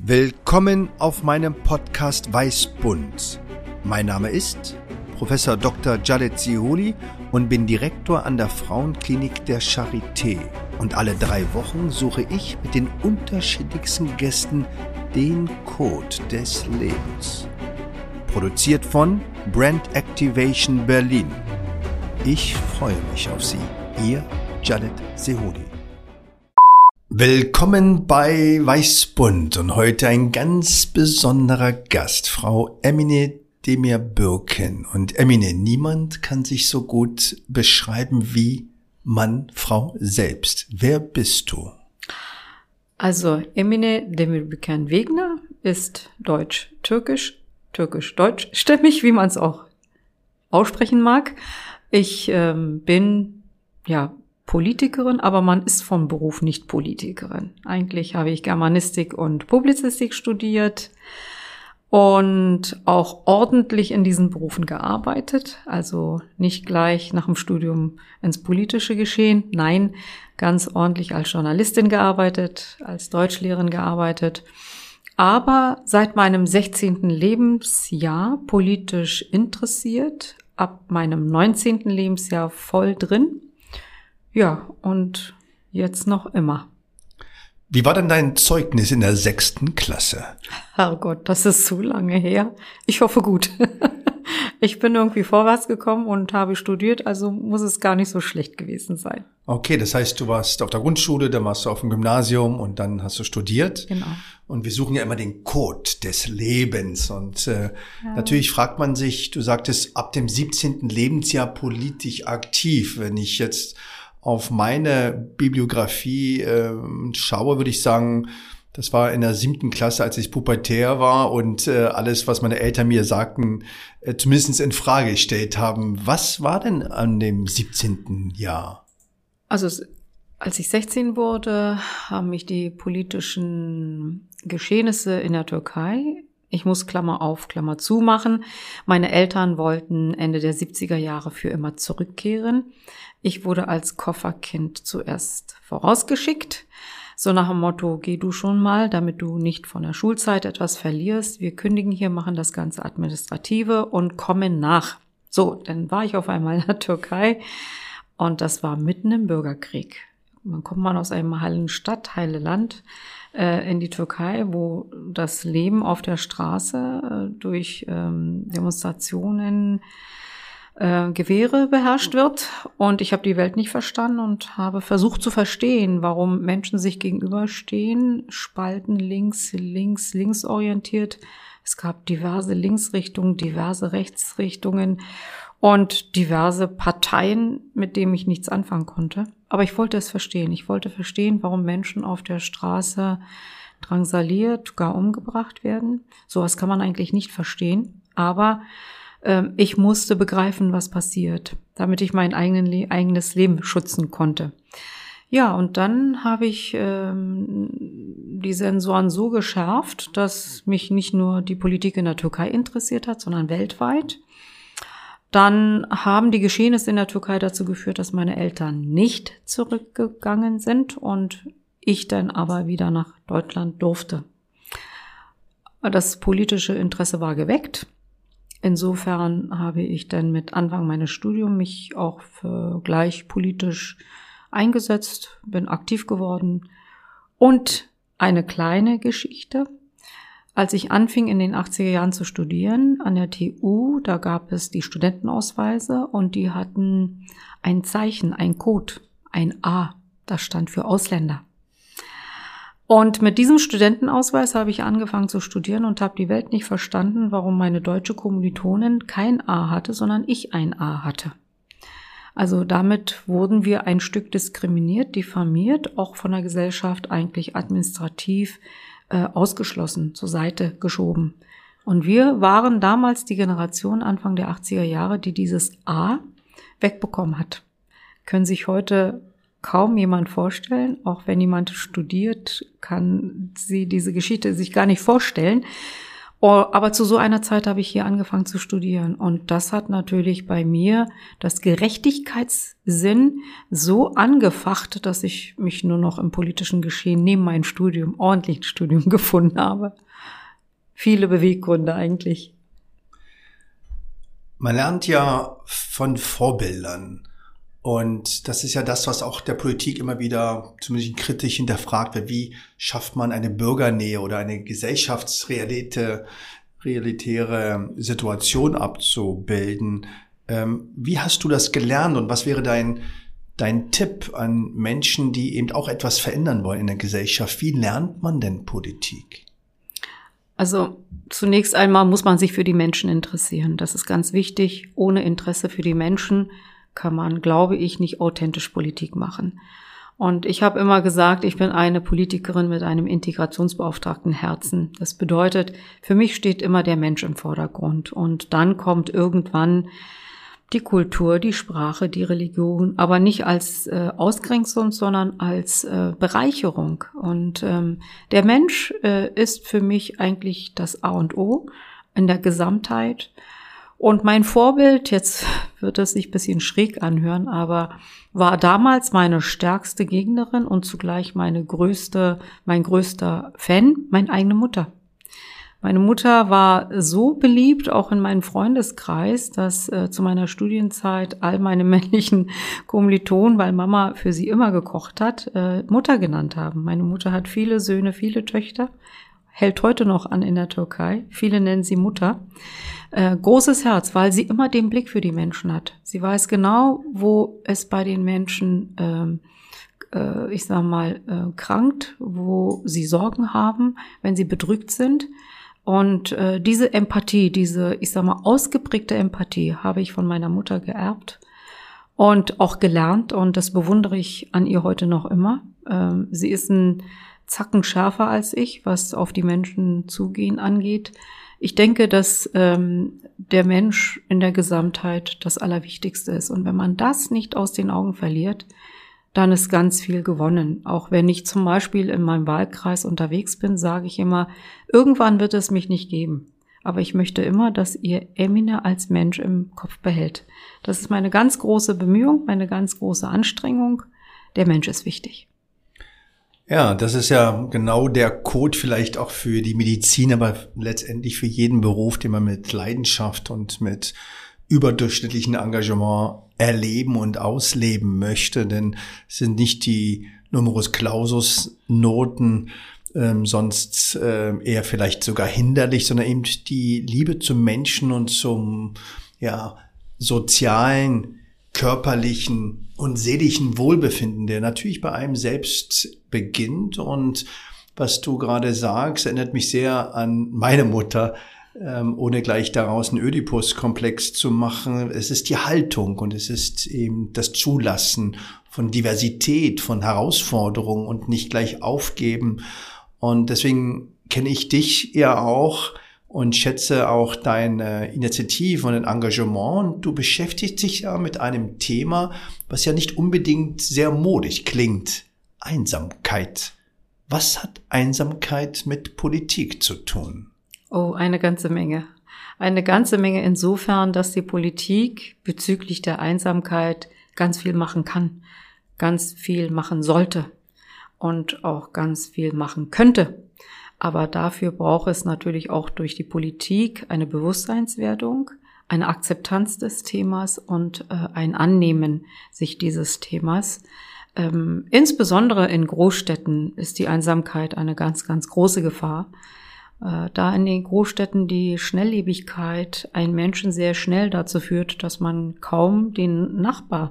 Willkommen auf meinem Podcast Weißbund. Mein Name ist Professor Dr. Jadet Ziholi und bin Direktor an der Frauenklinik der Charité. Und alle 3 Wochen suche ich mit den unterschiedlichsten Gästen den Code des Lebens. Produziert von Brand Activation Berlin. Ich freue mich auf Sie. Ihr Jadet Ziholi. Willkommen bei Weißbund und heute ein ganz besonderer Gast, Frau Emine Demir-Bürken. Und Emine, niemand kann sich so gut beschreiben wie Mann, Frau selbst. Wer bist du? Also Emine Demir-Bürken-Wegner ist deutsch-türkisch, türkisch-deutschstämmig, wie man es auch aussprechen mag. Ich bin Politikerin, aber man ist vom Beruf nicht Politikerin. Eigentlich habe ich Germanistik und Publizistik studiert und auch ordentlich in diesen Berufen gearbeitet. Also nicht gleich nach dem Studium ins politische Geschehen. Nein, ganz ordentlich als Journalistin gearbeitet, als Deutschlehrerin gearbeitet. Aber seit meinem 16. Lebensjahr politisch interessiert, ab meinem 19. Lebensjahr voll drin. Ja, und jetzt noch immer. Wie war denn dein Zeugnis in der 6. Klasse? Herrgott, das ist so lange her. Ich hoffe gut. Ich bin irgendwie vorwärts gekommen und habe studiert, also muss es gar nicht so schlecht gewesen sein. Okay, das heißt, du warst auf der Grundschule, dann warst du auf dem Gymnasium und dann hast du studiert. Genau. Und wir suchen ja immer den Code des Lebens. Und natürlich fragt man sich, du sagtest, ab dem 17. Lebensjahr politisch aktiv. Wenn ich jetzt auf meine Bibliografie schaue, würde ich sagen, das war in der 7. Klasse, als ich pubertär war und alles, was meine Eltern mir sagten, zumindest in Frage gestellt haben. Was war denn an dem 17. Jahr? Also als ich 16 wurde, haben mich die politischen Geschehnisse in der Türkei, ich muss Klammer auf, Klammer zu machen, meine Eltern wollten Ende der 70er Jahre für immer zurückkehren. Ich wurde als Kofferkind zuerst vorausgeschickt, so nach dem Motto, geh du schon mal, damit du nicht von der Schulzeit etwas verlierst. Wir kündigen hier, machen das ganze Administrative und kommen nach. So, dann war ich auf einmal in der Türkei und das war mitten im Bürgerkrieg. Man kommt mal aus einem heilen Stadt, heile Land in die Türkei, wo das Leben auf der Straße durch Demonstrationen, Gewehre beherrscht wird. Und ich habe die Welt nicht verstanden und habe versucht zu verstehen, warum Menschen sich gegenüberstehen, Spalten links orientiert. Es gab diverse Linksrichtungen, diverse Rechtsrichtungen und diverse Parteien, mit denen ich nichts anfangen konnte. Aber ich wollte es verstehen. Ich wollte verstehen, warum Menschen auf der Straße drangsaliert, gar umgebracht werden. Sowas kann man eigentlich nicht verstehen. Aber ich musste begreifen, was passiert, damit ich mein eigenes Leben schützen konnte. Ja, und dann habe ich die Sensoren so geschärft, dass mich nicht nur die Politik in der Türkei interessiert hat, sondern weltweit. Dann haben die Geschehnisse in der Türkei dazu geführt, dass meine Eltern nicht zurückgegangen sind und ich dann aber wieder nach Deutschland durfte. Das politische Interesse war geweckt. Insofern habe ich dann mit Anfang meines Studiums mich auch für gleich politisch eingesetzt, bin aktiv geworden. Und eine kleine Geschichte. Als ich anfing, in den 80er Jahren zu studieren, an der TU, da gab es die Studentenausweise und die hatten ein Zeichen, ein Code, ein A, das stand für Ausländer. Und mit diesem Studentenausweis habe ich angefangen zu studieren und habe die Welt nicht verstanden, warum meine deutsche Kommilitonin kein A hatte, sondern ich ein A hatte. Also damit wurden wir ein Stück diskriminiert, diffamiert, auch von der Gesellschaft eigentlich administrativ ausgeschlossen, zur Seite geschoben. Und wir waren damals die Generation Anfang der 80er Jahre, die dieses A wegbekommen hat. Können sich heute kaum jemand vorstellen, auch wenn jemand studiert, kann sie diese Geschichte sich gar nicht vorstellen. Aber zu so einer Zeit habe ich hier angefangen zu studieren. Und das hat natürlich bei mir das Gerechtigkeitssinn so angefacht, dass ich mich nur noch im politischen Geschehen neben meinem Studium, ordentlichen Studium gefunden habe. Viele Beweggründe eigentlich. Man lernt ja von Vorbildern. Und das ist ja das, was auch der Politik immer wieder zumindest kritisch hinterfragt wird. Wie schafft man eine Bürgernähe oder eine gesellschaftsrealitäre Situation abzubilden? Wie hast du das gelernt und was wäre dein Tipp an Menschen, die eben auch etwas verändern wollen in der Gesellschaft? Wie lernt man denn Politik? Also zunächst einmal muss man sich für die Menschen interessieren. Das ist ganz wichtig. Ohne Interesse für die Menschen kann man, glaube ich, nicht authentisch Politik machen. Und ich habe immer gesagt, ich bin eine Politikerin mit einem integrationsbeauftragten Herzen. Das bedeutet, für mich steht immer der Mensch im Vordergrund. Und dann kommt irgendwann die Kultur, die Sprache, die Religion, aber nicht als Ausgrenzung, sondern als Bereicherung. Und der Mensch ist für mich eigentlich das A und O in der Gesamtheit. Und mein Vorbild, jetzt wird es sich ein bisschen schräg anhören, aber war damals meine stärkste Gegnerin und zugleich mein größter Fan, meine eigene Mutter. Meine Mutter war so beliebt, auch in meinem Freundeskreis, dass zu meiner Studienzeit all meine männlichen Kommilitonen, weil Mama für sie immer gekocht hat, Mutter genannt haben. Meine Mutter hat viele Söhne, viele Töchter, hält heute noch an in der Türkei. Viele nennen sie Mutter. Großes Herz, weil sie immer den Blick für die Menschen hat. Sie weiß genau, wo es bei den Menschen, krankt, wo sie Sorgen haben, wenn sie bedrückt sind. Und diese Empathie, diese, ausgeprägte Empathie habe ich von meiner Mutter geerbt und auch gelernt. Und das bewundere ich an ihr heute noch immer. Sie ist ein Zacken schärfer als ich, was auf die Menschen zugehen angeht. Ich denke, dass der Mensch in der Gesamtheit das Allerwichtigste ist. Und wenn man das nicht aus den Augen verliert, dann ist ganz viel gewonnen. Auch wenn ich zum Beispiel in meinem Wahlkreis unterwegs bin, sage ich immer, irgendwann wird es mich nicht geben. Aber ich möchte immer, dass ihr Emine als Mensch im Kopf behält. Das ist meine ganz große Bemühung, meine ganz große Anstrengung. Der Mensch ist wichtig. Ja, das ist ja genau der Code vielleicht auch für die Medizin, aber letztendlich für jeden Beruf, den man mit Leidenschaft und mit überdurchschnittlichem Engagement erleben und ausleben möchte. Denn es sind nicht die Numerus Clausus Noten, sonst eher vielleicht sogar hinderlich, sondern eben die Liebe zum Menschen und zum sozialen, körperlichen und seelischen Wohlbefinden, der natürlich bei einem selbst beginnt. Und was du gerade sagst, erinnert mich sehr an meine Mutter, ohne gleich daraus einen Ödipus-Komplex zu machen. Es ist die Haltung und es ist eben das Zulassen von Diversität, von Herausforderungen und nicht gleich aufgeben. Und deswegen kenne ich dich ja auch und schätze auch deine Initiative und dein Engagement. Und du beschäftigst dich ja mit einem Thema, was ja nicht unbedingt sehr modisch klingt. Einsamkeit. Was hat Einsamkeit mit Politik zu tun? Oh, eine ganze Menge. Eine ganze Menge insofern, dass die Politik bezüglich der Einsamkeit ganz viel machen kann, ganz viel machen sollte und auch ganz viel machen könnte. Aber dafür braucht es natürlich auch durch die Politik eine Bewusstseinswerdung, eine Akzeptanz des Themas und ein Annehmen sich dieses Themas. Insbesondere in Großstädten ist die Einsamkeit eine ganz, ganz große Gefahr. Da in den Großstädten die Schnelllebigkeit einen Menschen sehr schnell dazu führt, dass man kaum den Nachbar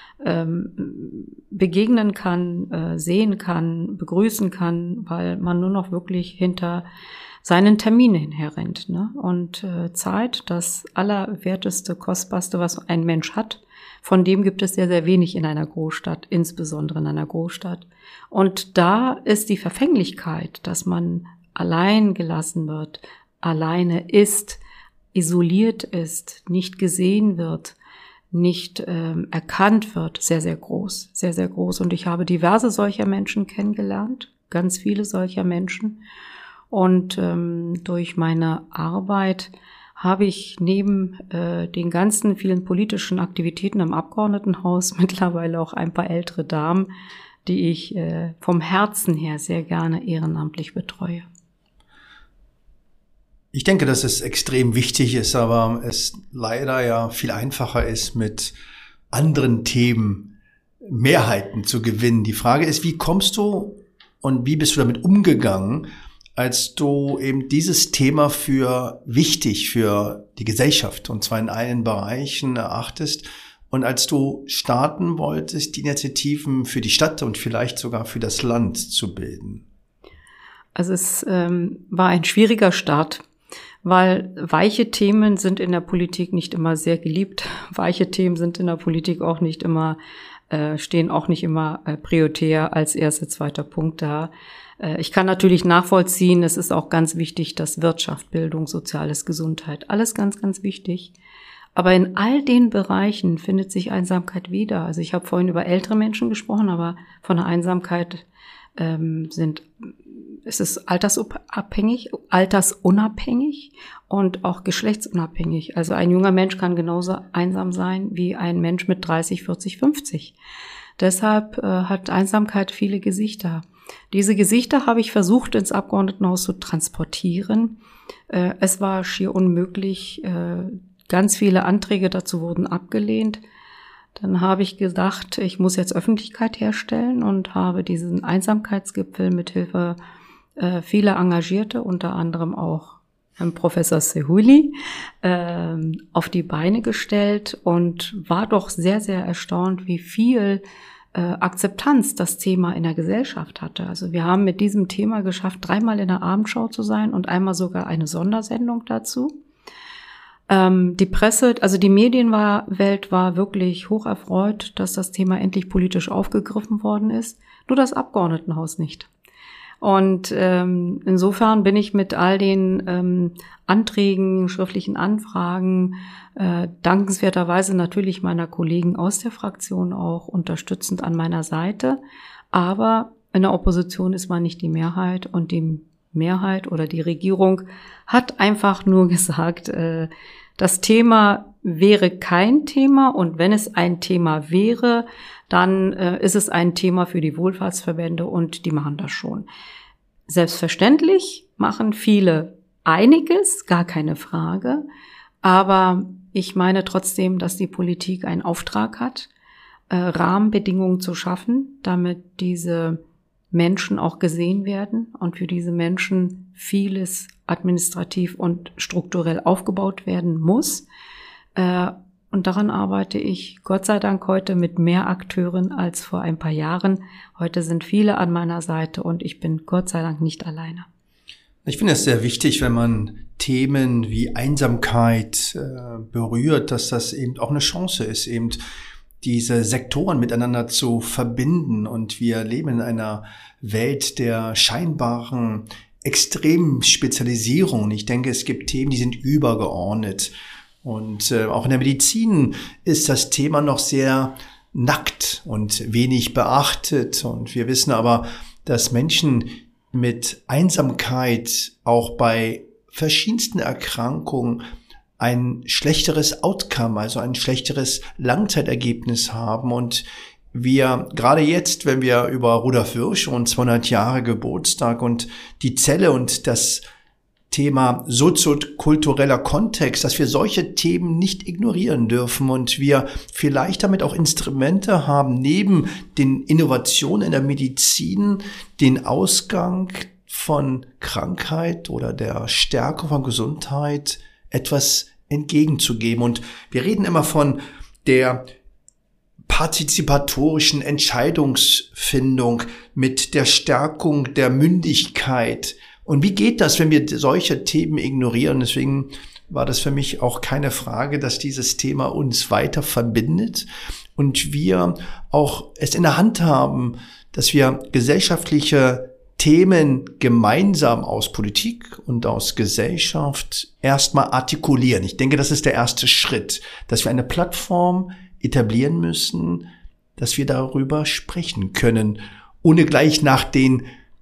begegnen kann, sehen kann, begrüßen kann, weil man nur noch wirklich hinter seinen Terminen herrennt, ne? Und Zeit, das Allerwerteste, Kostbarste, was ein Mensch hat, von dem gibt es sehr, sehr wenig in einer Großstadt, insbesondere in einer Großstadt. Und da ist die Verfänglichkeit, dass man allein gelassen wird, alleine ist, isoliert ist, nicht gesehen wird, nicht erkannt wird, sehr, sehr groß, sehr, sehr groß. Und ich habe diverse solcher Menschen kennengelernt, ganz viele solcher Menschen. Und durch meine Arbeit habe ich neben den ganzen vielen politischen Aktivitäten im Abgeordnetenhaus mittlerweile auch ein paar ältere Damen, die ich vom Herzen her sehr gerne ehrenamtlich betreue. Ich denke, dass es extrem wichtig ist, aber es leider ja viel einfacher ist, mit anderen Themen Mehrheiten zu gewinnen. Die Frage ist, wie kommst du und wie bist du damit umgegangen, als du eben dieses Thema für wichtig für die Gesellschaft, und zwar in allen Bereichen, erachtest, und als du starten wolltest, die Initiativen für die Stadt und vielleicht sogar für das Land zu bilden? Also es war ein schwieriger Start, weil weiche Themen sind in der Politik nicht immer sehr geliebt. Weiche Themen sind in der Politik auch nicht immer, stehen auch nicht immer prioritär als erster, zweiter Punkt da. Ich kann natürlich nachvollziehen, es ist auch ganz wichtig, dass Wirtschaft, Bildung, Soziales, Gesundheit, alles ganz, ganz wichtig. Aber in all den Bereichen findet sich Einsamkeit wieder. Also ich habe vorhin über ältere Menschen gesprochen, aber von der Einsamkeit es ist altersunabhängig und auch geschlechtsunabhängig. Also ein junger Mensch kann genauso einsam sein wie ein Mensch mit 30, 40, 50. Deshalb hat Einsamkeit viele Gesichter. Diese Gesichter habe ich versucht, ins Abgeordnetenhaus zu transportieren. Es war schier unmöglich. Ganz viele Anträge dazu wurden abgelehnt. Dann habe ich gedacht, ich muss jetzt Öffentlichkeit herstellen und habe diesen Einsamkeitsgipfel mithilfe vieler Engagierte, unter anderem auch Professor Zihuly, auf die Beine gestellt und war doch sehr, sehr erstaunt, wie viel Akzeptanz das Thema in der Gesellschaft hatte. Also wir haben mit diesem Thema geschafft, 3-mal in der Abendschau zu sein und einmal sogar eine Sondersendung dazu. Die Presse, also die Medienwelt war wirklich hoch erfreut, dass das Thema endlich politisch aufgegriffen worden ist. Nur das Abgeordnetenhaus nicht. Und insofern bin ich mit all den Anträgen, schriftlichen Anfragen, dankenswerterweise natürlich meiner Kollegen aus der Fraktion auch unterstützend an meiner Seite. Aber in der Opposition ist man nicht die Mehrheit und die Mehrheit oder die Regierung hat einfach nur gesagt, das Thema wäre kein Thema und wenn es ein Thema wäre, dann ist es ein Thema für die Wohlfahrtsverbände und die machen das schon. Selbstverständlich machen viele einiges, gar keine Frage, aber ich meine trotzdem, dass die Politik einen Auftrag hat, Rahmenbedingungen zu schaffen, damit diese Menschen auch gesehen werden und für diese Menschen vieles administrativ und strukturell aufgebaut werden muss. Und daran arbeite ich Gott sei Dank heute mit mehr Akteuren als vor ein paar Jahren. Heute sind viele an meiner Seite und ich bin Gott sei Dank nicht alleine. Ich finde es sehr wichtig, wenn man Themen wie Einsamkeit berührt, dass das eben auch eine Chance ist, eben diese Sektoren miteinander zu verbinden. Und wir leben in einer Welt der scheinbaren extremen Spezialisierung. Ich denke, es gibt Themen, die sind übergeordnet. Und auch in der Medizin ist das Thema noch sehr nackt und wenig beachtet. Und wir wissen aber, dass Menschen mit Einsamkeit auch bei verschiedensten Erkrankungen ein schlechteres Outcome, also ein schlechteres Langzeitergebnis haben. Und wir, gerade jetzt, wenn wir über Rudolf Virchow und 200 Jahre Geburtstag und die Zelle und das Thema soziokultureller Kontext, dass wir solche Themen nicht ignorieren dürfen und wir vielleicht damit auch Instrumente haben, neben den Innovationen in der Medizin, den Ausgang von Krankheit oder der Stärke von Gesundheit etwas entgegenzugeben. Und wir reden immer von der partizipatorischen Entscheidungsfindung mit der Stärkung der Mündigkeit. Und wie geht das, wenn wir solche Themen ignorieren? Deswegen war das für mich auch keine Frage, dass dieses Thema uns weiter verbindet und wir auch es in der Hand haben, dass wir gesellschaftliche Themen gemeinsam aus Politik und aus Gesellschaft erstmal artikulieren. Ich denke, das ist der erste Schritt, dass wir eine Plattform etablieren müssen, dass wir darüber sprechen können, ohne gleich nach den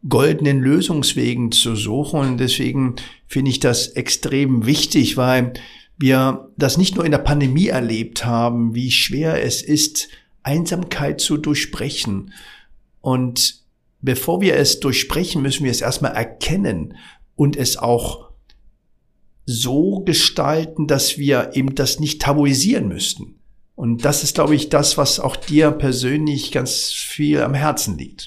goldenen Lösungswegen zu suchen. Und deswegen finde ich das extrem wichtig, weil wir das nicht nur in der Pandemie erlebt haben, wie schwer es ist, Einsamkeit zu durchbrechen. Und bevor wir es durchsprechen, müssen wir es erstmal erkennen und es auch so gestalten, dass wir eben das nicht tabuisieren müssten. Und das ist, glaube ich, das, was auch dir persönlich ganz viel am Herzen liegt.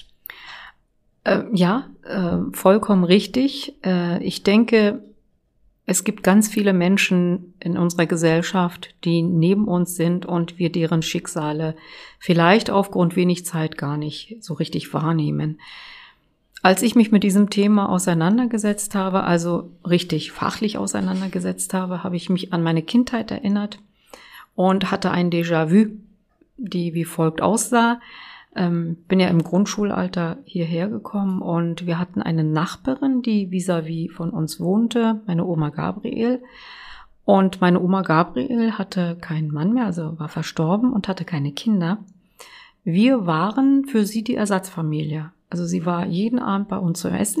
Vollkommen richtig. Ich denke, es gibt ganz viele Menschen in unserer Gesellschaft, die neben uns sind und wir deren Schicksale vielleicht aufgrund wenig Zeit gar nicht so richtig wahrnehmen. Als ich mich mit diesem Thema auseinandergesetzt habe, also richtig fachlich auseinandergesetzt habe, habe ich mich an meine Kindheit erinnert und hatte ein Déjà-vu, die wie folgt aussah. Bin ja im Grundschulalter hierher gekommen und wir hatten eine Nachbarin, die vis-à-vis von uns wohnte, meine Oma Gabriel. Und meine Oma Gabriel hatte keinen Mann mehr, also war verstorben und hatte keine Kinder. Wir waren für sie die Ersatzfamilie. Also sie war jeden Abend bei uns zum Essen.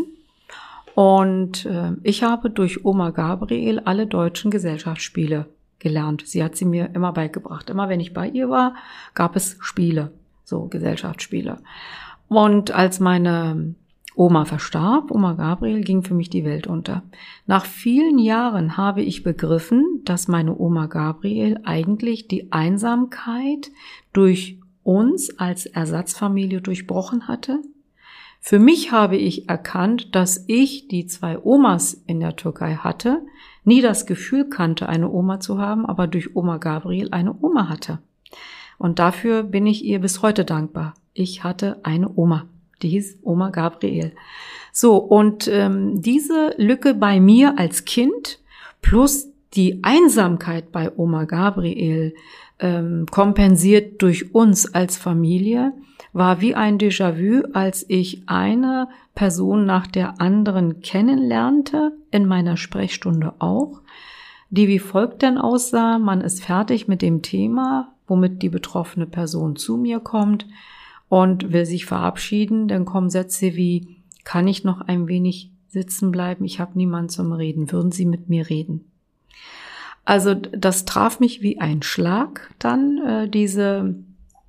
Und ich habe durch Oma Gabriel alle deutschen Gesellschaftsspiele gelernt. Sie hat sie mir immer beigebracht. Immer wenn ich bei ihr war, gab es Spiele. So Gesellschaftsspiele. Und als meine Oma verstarb, Oma Gabriel, ging für mich die Welt unter. Nach vielen Jahren habe ich begriffen, dass meine Oma Gabriel eigentlich die Einsamkeit durch uns als Ersatzfamilie durchbrochen hatte. Für mich habe ich erkannt, dass ich die 2 Omas in der Türkei hatte, nie das Gefühl kannte, eine Oma zu haben, aber durch Oma Gabriel eine Oma hatte. Und dafür bin ich ihr bis heute dankbar. Ich hatte eine Oma, die hieß Oma Gabriel. So, und diese Lücke bei mir als Kind plus die Einsamkeit bei Oma Gabriel kompensiert durch uns als Familie, war wie ein Déjà-vu, als ich eine Person nach der anderen kennenlernte, in meiner Sprechstunde auch, die wie folgt denn aussah: Man ist fertig mit dem Thema, womit die betroffene Person zu mir kommt und will sich verabschieden, dann kommen Sätze wie: Kann ich noch ein wenig sitzen bleiben? Ich habe niemanden zum Reden. Würden Sie mit mir reden? Also das traf mich wie ein Schlag dann, diese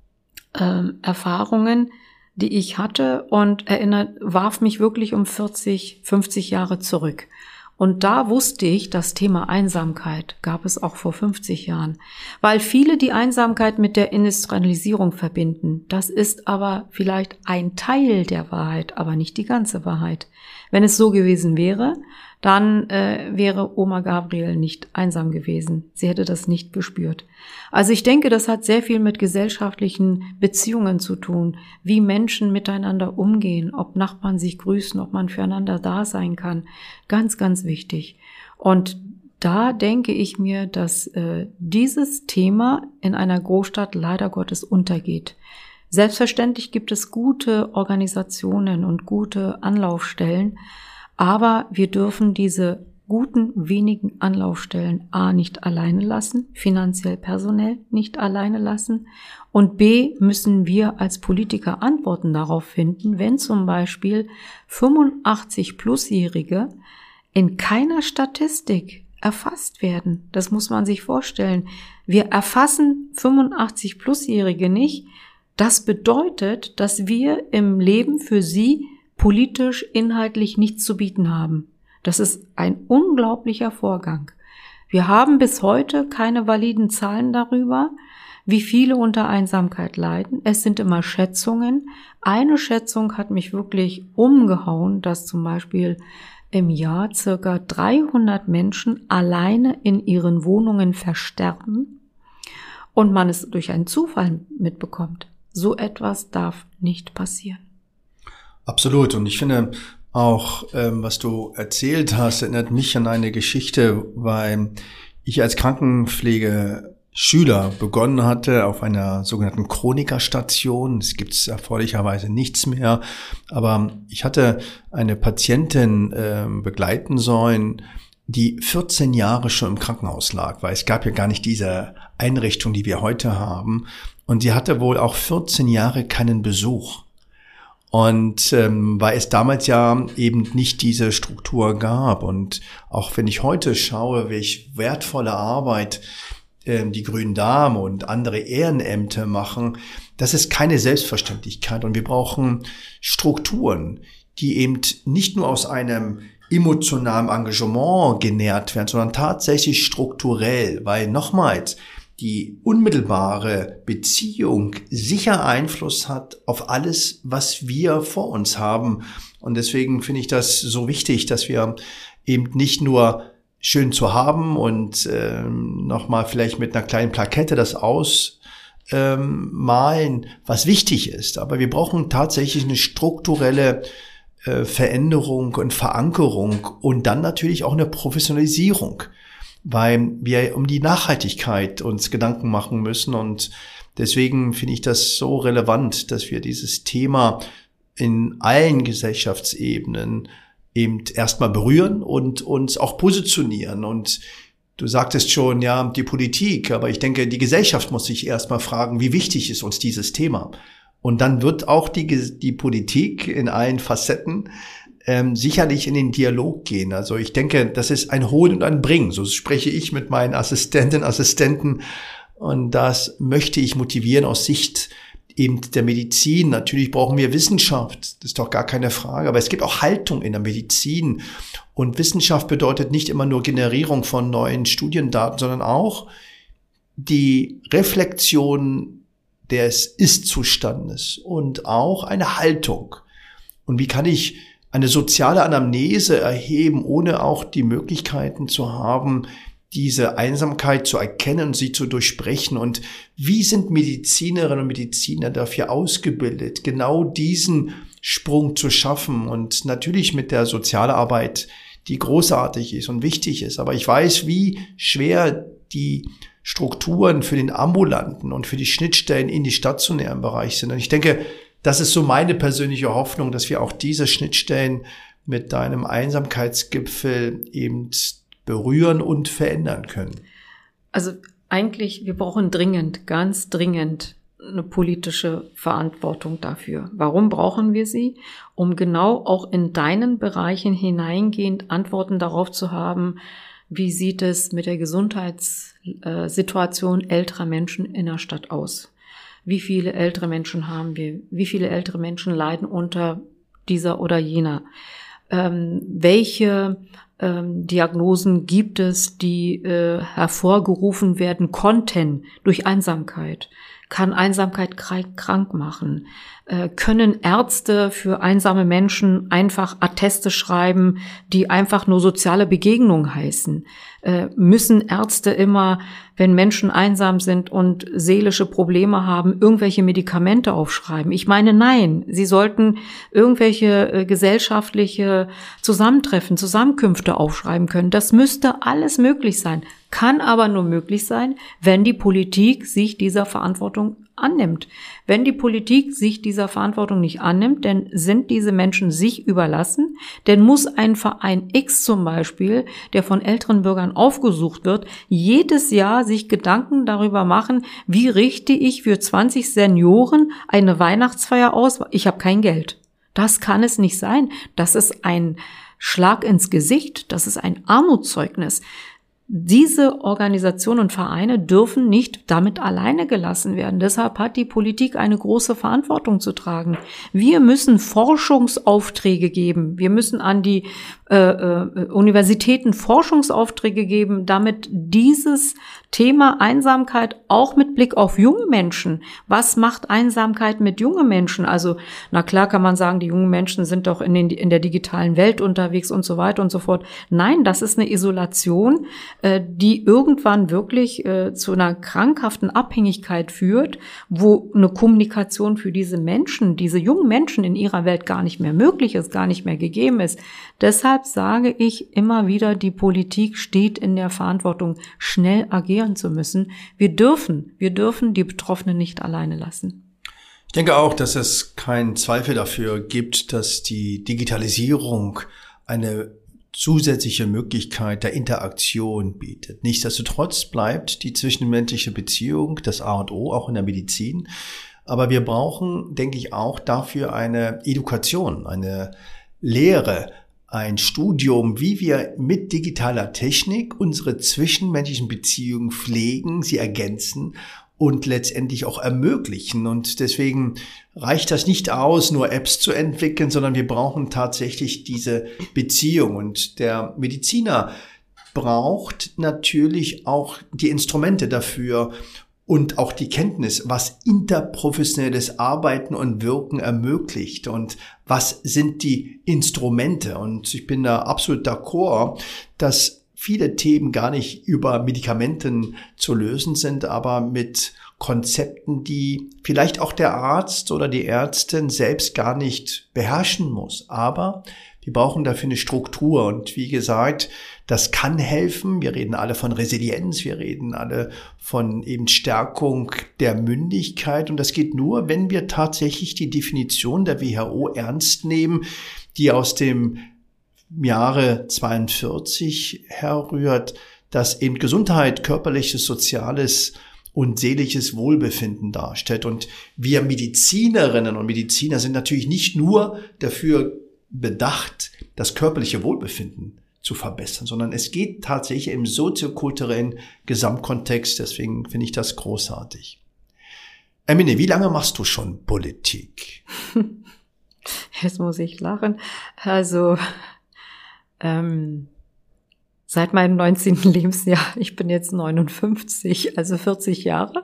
Erfahrungen, die ich hatte, und warf mich wirklich um 40, 50 Jahre zurück. Und da wusste ich, das Thema Einsamkeit gab es auch vor 50 Jahren, weil viele die Einsamkeit mit der Industrialisierung verbinden. Das ist aber vielleicht ein Teil der Wahrheit, aber nicht die ganze Wahrheit. Wenn es so gewesen wäre, dann wäre Oma Gabriel nicht einsam gewesen. Sie hätte das nicht gespürt. Also ich denke, das hat sehr viel mit gesellschaftlichen Beziehungen zu tun, wie Menschen miteinander umgehen, ob Nachbarn sich grüßen, ob man füreinander da sein kann. Ganz, ganz wichtig. Und da denke ich mir, dass dieses Thema in einer Großstadt leider Gottes untergeht. Selbstverständlich gibt es gute Organisationen und gute Anlaufstellen, aber wir dürfen diese guten, wenigen Anlaufstellen A nicht alleine lassen, finanziell, personell nicht alleine lassen, und B müssen wir als Politiker Antworten darauf finden, wenn zum Beispiel 85-Plus-Jährige in keiner Statistik erfasst werden. Das muss man sich vorstellen. Wir erfassen 85-Plus-Jährige nicht. Das bedeutet, dass wir im Leben für sie politisch, inhaltlich nichts zu bieten haben. Das ist ein unglaublicher Vorgang. Wir haben bis heute keine validen Zahlen darüber, wie viele unter Einsamkeit leiden. Es sind immer Schätzungen. Eine Schätzung hat mich wirklich umgehauen, dass zum Beispiel im Jahr circa 300 Menschen alleine in ihren Wohnungen versterben und man es durch einen Zufall mitbekommt. So etwas darf nicht passieren. Absolut. Und ich finde auch, was du erzählt hast, erinnert mich an eine Geschichte, weil ich als Krankenpflegeschüler begonnen hatte auf einer sogenannten Chroniker-Station. Es gibt erfreulicherweise nichts mehr. Aber ich hatte eine Patientin begleiten sollen, die 14 Jahre schon im Krankenhaus lag, weil es gab ja gar nicht diese Einrichtung, die wir heute haben. Und sie hatte wohl auch 14 Jahre keinen Besuch. Und weil es damals ja eben nicht diese Struktur gab. Und auch wenn ich heute schaue, welche wertvolle Arbeit die Grünen Damen und andere Ehrenämter machen, das ist keine Selbstverständlichkeit. Und wir brauchen Strukturen, die eben nicht nur aus einem emotionalen Engagement genährt werden, sondern tatsächlich strukturell. Weil nochmals, die unmittelbare Beziehung sicher Einfluss hat auf alles, was wir vor uns haben. Und deswegen finde ich das so wichtig, dass wir eben nicht nur schön zu haben und nochmal vielleicht mit einer kleinen Plakette das ausmalen, was wichtig ist. Aber wir brauchen tatsächlich eine strukturelle Veränderung und Verankerung und dann natürlich auch eine Professionalisierung, weil wir um die Nachhaltigkeit uns Gedanken machen müssen. Und deswegen finde ich das so relevant, dass wir dieses Thema in allen Gesellschaftsebenen eben erstmal berühren und uns auch positionieren. Und du sagtest schon, ja, die Politik, aber ich denke, die Gesellschaft muss sich erstmal fragen, wie wichtig ist uns dieses Thema? Und dann wird auch die Politik in allen Facetten sicherlich in den Dialog gehen. Also ich denke, das ist ein Holen und ein Bringen. So spreche ich mit meinen Assistenten. Und das möchte ich motivieren aus Sicht eben der Medizin. Natürlich brauchen wir Wissenschaft. Das ist doch gar keine Frage. Aber es gibt auch Haltung in der Medizin. Und Wissenschaft bedeutet nicht immer nur Generierung von neuen Studiendaten, sondern auch die Reflexion des Ist-Zustandes und auch eine Haltung. Und wie kann ich eine soziale Anamnese erheben, ohne auch die Möglichkeiten zu haben, diese Einsamkeit zu erkennen und sie zu durchbrechen? Und wie sind Medizinerinnen und Mediziner dafür ausgebildet, genau diesen Sprung zu schaffen? Und natürlich mit der Sozialarbeit, die großartig ist und wichtig ist. Aber ich weiß, wie schwer die Strukturen für den ambulanten und für die Schnittstellen in die stationären Bereich sind. Und ich denke, das ist so meine persönliche Hoffnung, dass wir auch diese Schnittstellen mit deinem Einsamkeitsgipfel eben berühren und verändern können. Also eigentlich, wir brauchen dringend, ganz dringend eine politische Verantwortung dafür. Warum brauchen wir sie? Um genau auch in deinen Bereichen hineingehend Antworten darauf zu haben, wie sieht es mit der Gesundheitssituation älterer Menschen in der Stadt aus? Wie viele ältere Menschen haben wir? Wie viele ältere Menschen leiden unter dieser oder jener? Welche Diagnosen gibt es, die hervorgerufen werden konnten durch Einsamkeit? Kann Einsamkeit krank machen? Können Ärzte für einsame Menschen einfach Atteste schreiben, die einfach nur soziale Begegnung heißen? Müssen Ärzte immer, wenn Menschen einsam sind und seelische Probleme haben, irgendwelche Medikamente aufschreiben? Ich meine, nein, sie sollten irgendwelche gesellschaftliche Zusammenkünfte aufschreiben können. Das müsste alles möglich sein, kann aber nur möglich sein, wenn die Politik sich dieser Verantwortung annimmt. Wenn die Politik sich dieser Verantwortung nicht annimmt, dann sind diese Menschen sich überlassen, dann muss ein Verein X zum Beispiel, der von älteren Bürgern aufgesucht wird, jedes Jahr sich Gedanken darüber machen, wie richte ich für 20 Senioren eine Weihnachtsfeier aus? Ich habe kein Geld. Das kann es nicht sein. Das ist ein Schlag ins Gesicht. Das ist ein Armutszeugnis. Diese Organisationen und Vereine dürfen nicht damit alleine gelassen werden. Deshalb hat die Politik eine große Verantwortung zu tragen. Wir müssen Forschungsaufträge geben. Wir müssen an die Universitäten Forschungsaufträge geben, damit dieses Thema Einsamkeit auch mit Blick auf junge Menschen. Was macht Einsamkeit mit jungen Menschen? Also, na klar kann man sagen, die jungen Menschen sind doch in der digitalen Welt unterwegs und so weiter und so fort. Nein, das ist eine Isolation, die irgendwann wirklich zu einer krankhaften Abhängigkeit führt, wo eine Kommunikation für diese Menschen, diese jungen Menschen in ihrer Welt gar nicht mehr möglich ist, gar nicht mehr gegeben ist. Deshalb sage ich immer wieder, die Politik steht in der Verantwortung, schnell agieren zu müssen. Wir dürfen die Betroffenen nicht alleine lassen. Ich denke auch, dass es keinen Zweifel dafür gibt, dass die Digitalisierung eine zusätzliche Möglichkeit der Interaktion bietet. Nichtsdestotrotz bleibt die zwischenmenschliche Beziehung das A und O, auch in der Medizin. Aber wir brauchen, denke ich, auch dafür eine Education, eine Lehre, ein Studium, wie wir mit digitaler Technik unsere zwischenmenschlichen Beziehungen pflegen, sie ergänzen und letztendlich auch ermöglichen. Und deswegen reicht das nicht aus, nur Apps zu entwickeln, sondern wir brauchen tatsächlich diese Beziehung. Und der Mediziner braucht natürlich auch die Instrumente dafür und auch die Kenntnis, was interprofessionelles Arbeiten und Wirken ermöglicht und was sind die Instrumente. Und ich bin da absolut d'accord, dass viele Themen gar nicht über Medikamenten zu lösen sind, aber mit Konzepten, die vielleicht auch der Arzt oder die Ärztin selbst gar nicht beherrschen muss. Aber wir brauchen dafür eine Struktur. Und wie gesagt, das kann helfen. Wir reden alle von Resilienz. Wir reden alle von eben Stärkung der Mündigkeit. Und das geht nur, wenn wir tatsächlich die Definition der WHO ernst nehmen, die aus dem Jahre 42 herrührt, dass eben Gesundheit, körperliches, soziales und seelisches Wohlbefinden darstellt. Und wir Medizinerinnen und Mediziner sind natürlich nicht nur dafür bedacht, das körperliche Wohlbefinden zu verbessern, sondern es geht tatsächlich im soziokulturellen Gesamtkontext. Deswegen finde ich das großartig. Hermine, wie lange machst du schon Politik? Jetzt muss ich lachen. Also seit meinem 19. Lebensjahr, ich bin jetzt 59, also 40 Jahre.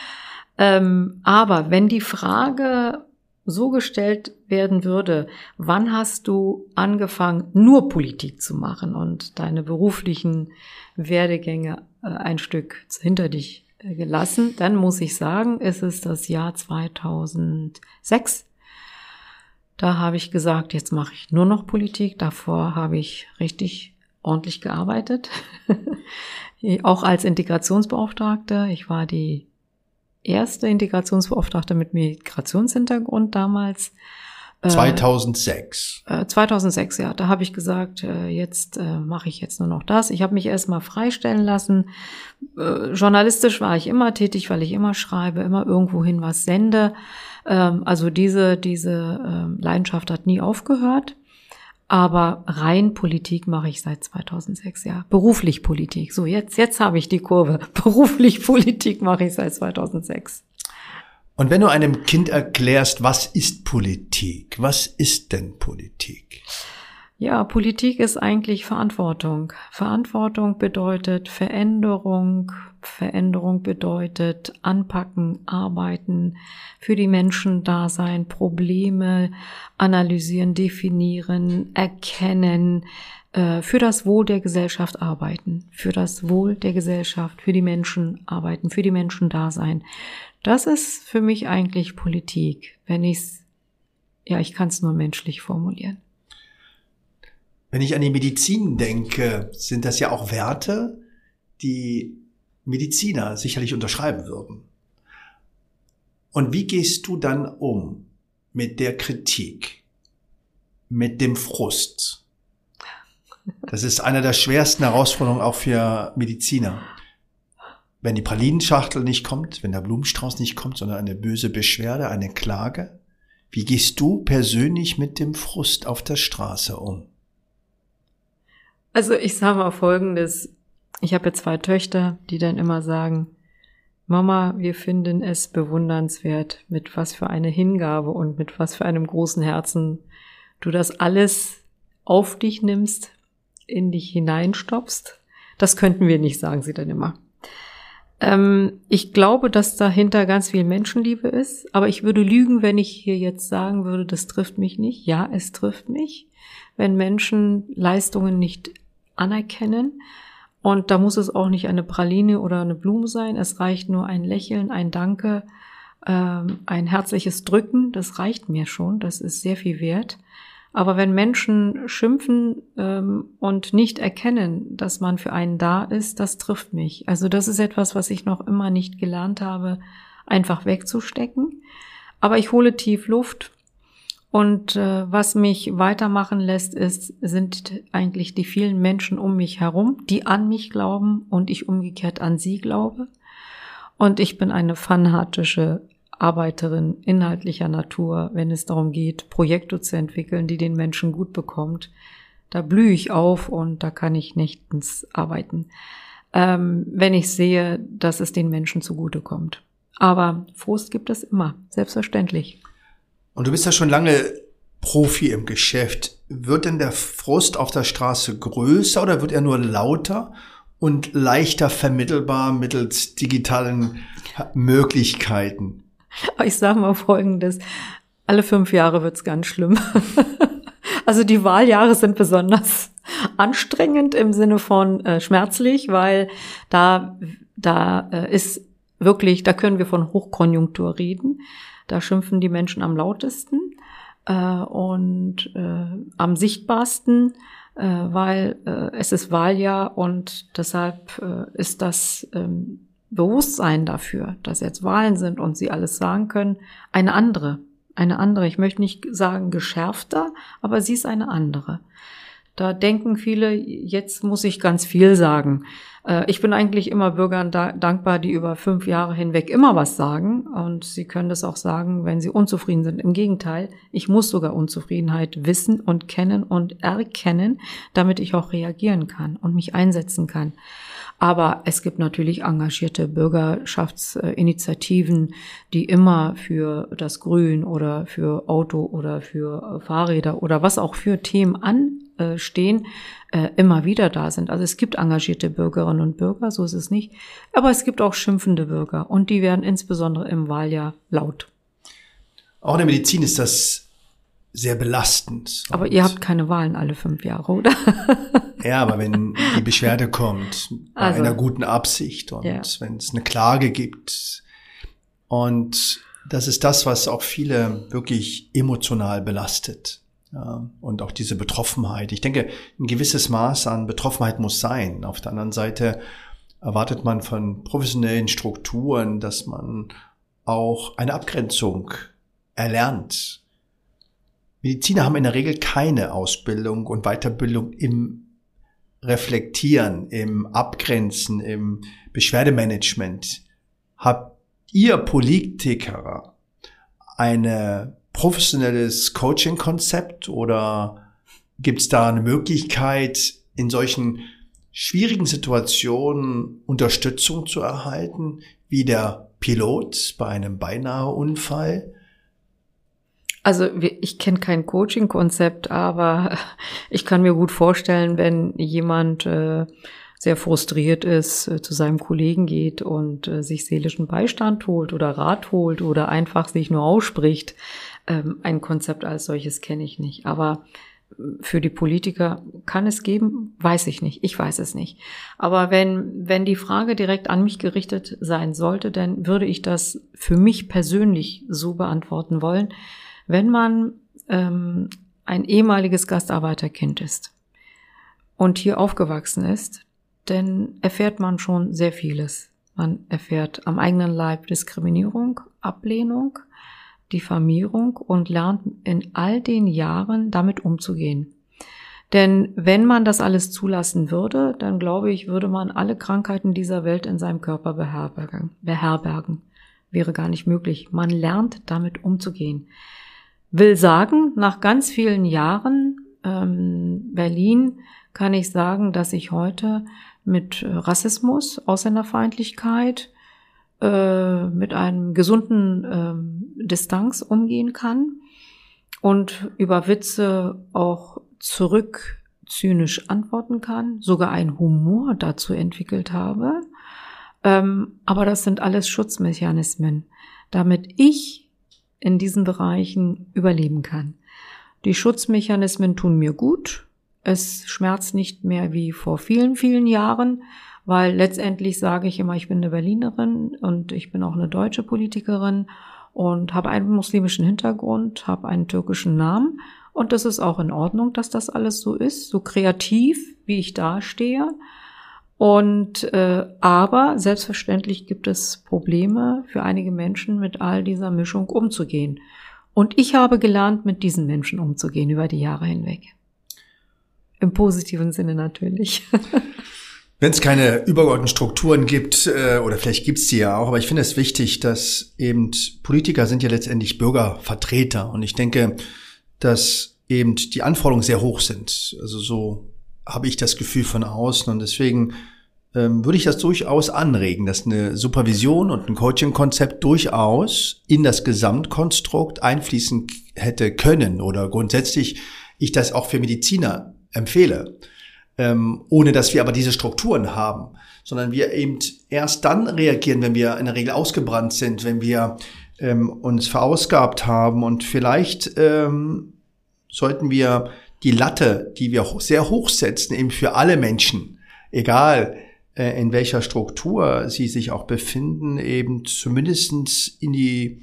Aber wenn die Frage so gestellt werden würde, wann hast du angefangen, nur Politik zu machen und deine beruflichen Werdegänge ein Stück hinter dich gelassen, dann muss ich sagen, es ist das Jahr 2006. Da habe ich gesagt, jetzt mache ich nur noch Politik. Davor habe ich richtig ordentlich gearbeitet, auch als Integrationsbeauftragte. Ich war die erste Integrationsbeauftragte mit Migrationshintergrund damals. 2006. 2006, ja. Da habe ich gesagt, jetzt mache ich jetzt nur noch das. Ich habe mich erstmal freistellen lassen. Journalistisch war ich immer tätig, weil ich immer schreibe, immer irgendwohin was sende. Also diese Leidenschaft hat nie aufgehört. Aber rein Politik mache ich seit 2006, ja. Beruflich Politik. So, jetzt habe ich die Kurve. Beruflich Politik mache ich seit 2006. Und wenn du einem Kind erklärst, was ist Politik? Was ist denn Politik? Ja, Politik ist eigentlich Verantwortung. Verantwortung bedeutet Veränderung. Veränderung bedeutet anpacken, arbeiten, für die Menschen da sein, Probleme analysieren, definieren, erkennen, für das Wohl der Gesellschaft arbeiten, für das Wohl der Gesellschaft, für die Menschen arbeiten, für die Menschen da sein. Das ist für mich eigentlich Politik, ich kann es nur menschlich formulieren. Wenn ich an die Medizin denke, sind das ja auch Werte, die Mediziner sicherlich unterschreiben würden. Und wie gehst du dann um mit der Kritik, mit dem Frust? Das ist eine der schwersten Herausforderungen auch für Mediziner. Wenn die Pralinenschachtel nicht kommt, wenn der Blumenstrauß nicht kommt, sondern eine böse Beschwerde, eine Klage. Wie gehst du persönlich mit dem Frust auf der Straße um? Also ich sage mal Folgendes. Ich habe 2 Töchter, die dann immer sagen, Mama, wir finden es bewundernswert, mit was für eine Hingabe und mit was für einem großen Herzen du das alles auf dich nimmst, in dich hineinstopfst. Das könnten wir nicht, sagen sie dann immer. Ich glaube, dass dahinter ganz viel Menschenliebe ist, aber ich würde lügen, wenn ich hier jetzt sagen würde, das trifft mich nicht. Ja, es trifft mich, wenn Menschen Leistungen nicht anerkennen. Und da muss es auch nicht eine Praline oder eine Blume sein. Es reicht nur ein Lächeln, ein Danke, ein herzliches Drücken. Das reicht mir schon. Das ist sehr viel wert. Aber wenn Menschen schimpfen und nicht erkennen, dass man für einen da ist, das trifft mich. Also das ist etwas, was ich noch immer nicht gelernt habe, einfach wegzustecken. Aber ich hole tief Luft. Und was mich weitermachen lässt, sind eigentlich die vielen Menschen um mich herum, die an mich glauben und ich umgekehrt an sie glaube. Und ich bin eine fanatische Arbeiterin inhaltlicher Natur, wenn es darum geht, Projekte zu entwickeln, die den Menschen gut bekommt. Da blühe ich auf und da kann ich nächtens arbeiten, wenn ich sehe, dass es den Menschen zugutekommt. Aber Frust gibt es immer, selbstverständlich. Und du bist ja schon lange Profi im Geschäft. Wird denn der Frust auf der Straße größer oder wird er nur lauter und leichter vermittelbar mittels digitalen Möglichkeiten? Ich sage mal Folgendes, alle 5 Jahre wird's ganz schlimm. Also die Wahljahre sind besonders anstrengend im Sinne von schmerzlich, weil da ist wirklich, da können wir von Hochkonjunktur reden. Da schimpfen die Menschen am lautesten und am sichtbarsten, weil es ist Wahljahr und deshalb ist das Bewusstsein dafür, dass jetzt Wahlen sind und sie alles sagen können, eine andere. Ich möchte nicht sagen geschärfter, aber sie ist eine andere. Da denken viele, jetzt muss ich ganz viel sagen. Ich bin eigentlich immer Bürgern dankbar, die über 5 Jahre hinweg immer was sagen. Und sie können das auch sagen, wenn sie unzufrieden sind. Im Gegenteil, ich muss sogar Unzufriedenheit wissen und kennen und erkennen, damit ich auch reagieren kann und mich einsetzen kann. Aber es gibt natürlich engagierte Bürgerschaftsinitiativen, die immer für das Grün oder für Auto oder für Fahrräder oder was auch für Themen anstehen, immer wieder da sind. Also es gibt engagierte Bürgerinnen und Bürger, so ist es nicht. Aber es gibt auch schimpfende Bürger und die werden insbesondere im Wahljahr laut. Auch in der Medizin ist das sehr belastend. Aber ihr habt keine Wahlen alle 5 Jahre, oder? Ja, aber wenn die Beschwerde kommt, bei einer guten Absicht und wenn es eine Klage gibt. Und das ist das, was auch viele wirklich emotional belastet. Ja, und auch diese Betroffenheit. Ich denke, ein gewisses Maß an Betroffenheit muss sein. Auf der anderen Seite erwartet man von professionellen Strukturen, dass man auch eine Abgrenzung erlernt. Mediziner haben in der Regel keine Ausbildung und Weiterbildung im Reflektieren, im Abgrenzen, im Beschwerdemanagement. Habt ihr Politiker ein professionelles Coaching-Konzept oder gibt es da eine Möglichkeit, in solchen schwierigen Situationen Unterstützung zu erhalten, wie der Pilot bei einem Beinaheunfall? Also ich kenne kein Coaching-Konzept, aber ich kann mir gut vorstellen, wenn jemand sehr frustriert ist, zu seinem Kollegen geht und sich seelischen Beistand holt oder Rat holt oder einfach sich nur ausspricht. Ein Konzept als solches kenne ich nicht. Aber für die Politiker kann es geben, weiß ich nicht. Ich weiß es nicht. Aber wenn die Frage direkt an mich gerichtet sein sollte, dann würde ich das für mich persönlich so beantworten wollen. Wenn man ein ehemaliges Gastarbeiterkind ist und hier aufgewachsen ist, dann erfährt man schon sehr vieles. Man erfährt am eigenen Leib Diskriminierung, Ablehnung, Diffamierung und lernt in all den Jahren damit umzugehen. Denn wenn man das alles zulassen würde, dann glaube ich, würde man alle Krankheiten dieser Welt in seinem Körper beherbergen. Wäre gar nicht möglich. Man lernt damit umzugehen. Will sagen, nach ganz vielen Jahren Berlin kann ich sagen, dass ich heute mit Rassismus, Ausländerfeindlichkeit, mit einem gesunden Distanz umgehen kann und über Witze auch zurück zynisch antworten kann, sogar einen Humor dazu entwickelt habe. Aber das sind alles Schutzmechanismen, damit ich in diesen Bereichen überleben kann. Die Schutzmechanismen tun mir gut. Es schmerzt nicht mehr wie vor vielen, vielen Jahren, weil letztendlich sage ich immer, ich bin eine Berlinerin und ich bin auch eine deutsche Politikerin und habe einen muslimischen Hintergrund, habe einen türkischen Namen und das ist auch in Ordnung, dass das alles so ist, so kreativ, wie ich dastehe. Und aber selbstverständlich gibt es Probleme für einige Menschen, mit all dieser Mischung umzugehen. Und ich habe gelernt, mit diesen Menschen umzugehen über die Jahre hinweg. Im positiven Sinne natürlich. Wenn es keine übergeordneten Strukturen gibt, oder vielleicht gibt's die ja auch, aber ich finde es wichtig, dass eben Politiker sind ja letztendlich Bürgervertreter. Und ich denke, dass eben die Anforderungen sehr hoch sind. Also so habe ich das Gefühl von außen. Und deswegen würde ich das durchaus anregen, dass eine Supervision und ein Coaching-Konzept durchaus in das Gesamtkonstrukt einfließen hätte können oder grundsätzlich ich das auch für Mediziner empfehle, ohne dass wir aber diese Strukturen haben, sondern wir eben erst dann reagieren, wenn wir in der Regel ausgebrannt sind, wenn wir uns verausgabt haben und vielleicht sollten wir die Latte, die wir sehr hoch setzen, eben für alle Menschen, egal in welcher Struktur sie sich auch befinden, eben zumindestens in die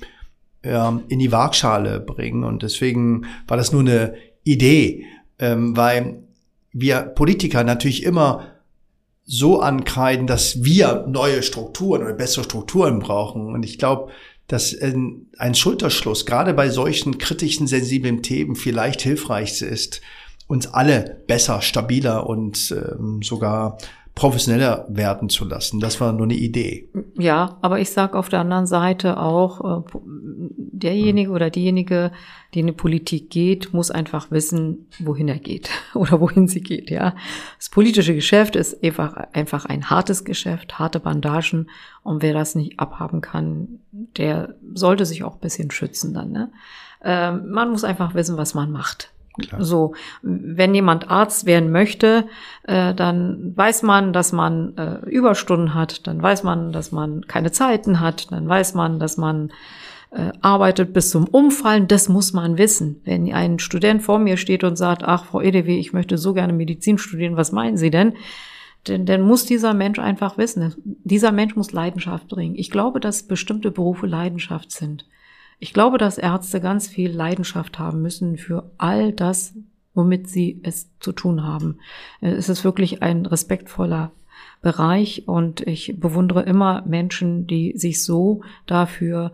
Waagschale bringen. Und deswegen war das nur eine Idee, weil wir Politiker natürlich immer so ankreiden, dass wir neue Strukturen oder bessere Strukturen brauchen. Und ich glaube, dass ein Schulterschluss gerade bei solchen kritischen, sensiblen Themen vielleicht hilfreich ist, uns alle besser, stabiler und sogar professioneller werden zu lassen. Das war nur eine Idee. Ja, aber ich sage auf der anderen Seite auch, derjenige oder diejenige, die in die Politik geht, muss einfach wissen, wohin er geht oder wohin sie geht. Ja, das politische Geschäft ist einfach ein hartes Geschäft, harte Bandagen. Und wer das nicht abhaben kann, der sollte sich auch ein bisschen schützen dann. Ne? Man muss einfach wissen, was man macht. Klar. So, wenn jemand Arzt werden möchte, dann weiß man, dass man Überstunden hat, dann weiß man, dass man keine Zeiten hat, dann weiß man, dass man arbeitet bis zum Umfallen. Das muss man wissen. Wenn ein Student vor mir steht und sagt, ach, Frau Edewe, ich möchte so gerne Medizin studieren, was meinen Sie denn? Dann muss dieser Mensch einfach wissen. Dieser Mensch muss Leidenschaft bringen. Ich glaube, dass bestimmte Berufe Leidenschaft sind. Ich glaube, dass Ärzte ganz viel Leidenschaft haben müssen für all das, womit sie es zu tun haben. Es ist wirklich ein respektvoller Bereich und ich bewundere immer Menschen, die sich so dafür